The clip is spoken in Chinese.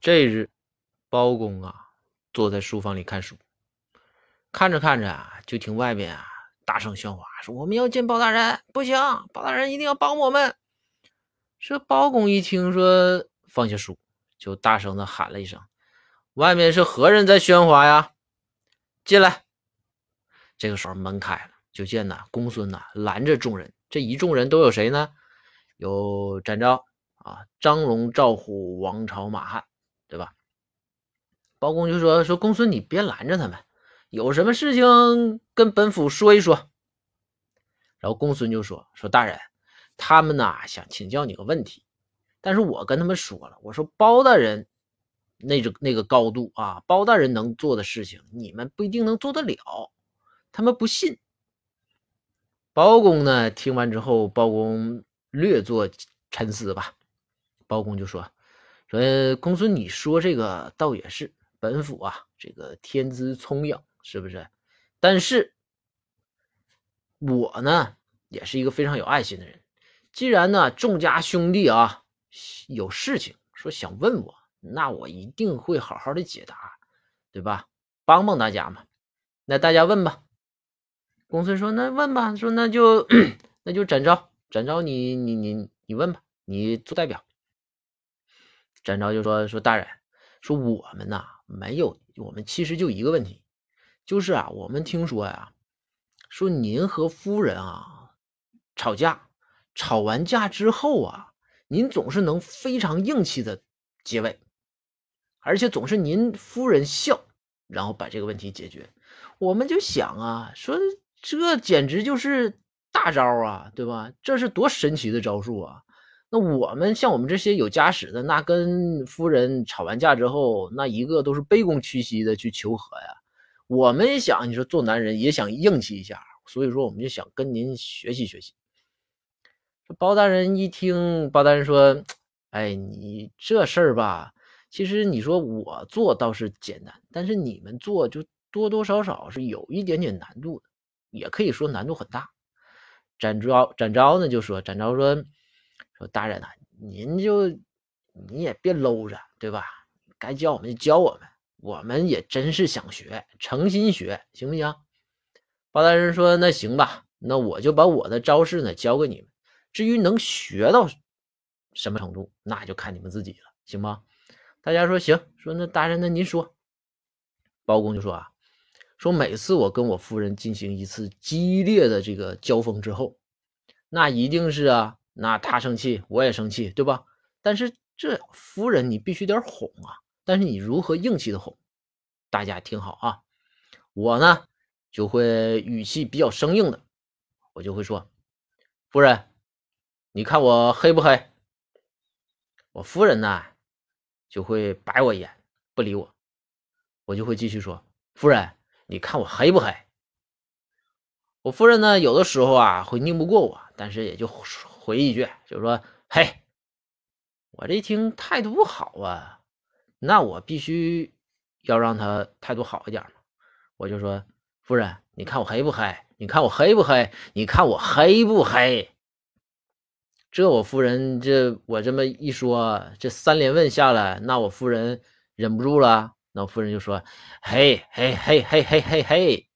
这日，包公啊，坐在书房里看书，看着看着啊，就听外面啊大声喧哗，说我们要见包大人，不行，包大人一定要帮我们。这包公一听说，放下书，就大声的喊了一声：“外面是何人在喧哗呀？进来！”这个时候门开了，就见公孙拦着众人。这一众人都有谁呢？有展昭啊、张龙、赵虎、王朝、马汉，对吧？包公就说公孙，你别拦着他们，有什么事情跟本府说一说。然后公孙就说大人，他们想请教你个问题，但是我跟他们说了，我说包大人那个高度啊，包大人能做的事情，你们不一定能做得了，他们不信。包公呢听完之后，包公略作沉思吧。包公就说公孙，你说这个倒也是，本府这个天资聪颖，是不是？但是我呢也是一个非常有爱心的人，既然众家兄弟有事情说想问我，那我一定会好好的解答，对吧？帮帮大家嘛。那大家问吧。公孙说那问吧，说那就那就展昭你问吧，你做代表。展昭就说大人，说我们没有，我们其实就一个问题，就是我们听说说您和夫人吵架，吵完架之后您总是能非常硬气的结尾，而且总是您夫人笑，然后把这个问题解决。我们就想说这简直就是大招对吧？这是多神奇的招数那我们像我们这些有家室的，那跟夫人吵完架之后，那一个都是卑躬屈膝的去求和呀。我们也想，你说做男人也想硬气一下，所以说我们就想跟您学习学习。包大人一听，包大人说：“哎，你这事儿吧，其实你说我做倒是简单，但是你们做就多多少少是有一点点难度的，也可以说难度很大。”展昭呢就说：“展昭说大人您也别搂着，对吧？该教我们就教我们，我们也真是想学，诚心学，行不行？”包大人说：“那行吧，那我就把我的招式呢教给你们。至于能学到什么程度，那就看你们自己了，行吗？”大家说行，说那大人，那您说。包公就说每次我跟我夫人进行一次激烈的这个交锋之后，那一定是那他生气我也生气，对吧？但是这夫人你必须得哄但是你如何硬气的哄？大家听好我呢就会语气比较生硬的，我就会说：“夫人，你看我黑不黑？”我夫人呢就会白我一眼，不理我。我就会继续说：“夫人，你看我黑不黑？”我夫人呢有的时候会拧不过我，但是也就回一句，就说：“嘿。”我这一听态度不好那我必须要让他态度好一点嘛。我就说：“夫人，你看我黑不黑？你看我黑不黑？你看我黑不黑？”这我夫人我这么一说，这三连问下来，那我夫人忍不住了，那我夫人就说：“嘿嘿嘿嘿嘿嘿嘿。”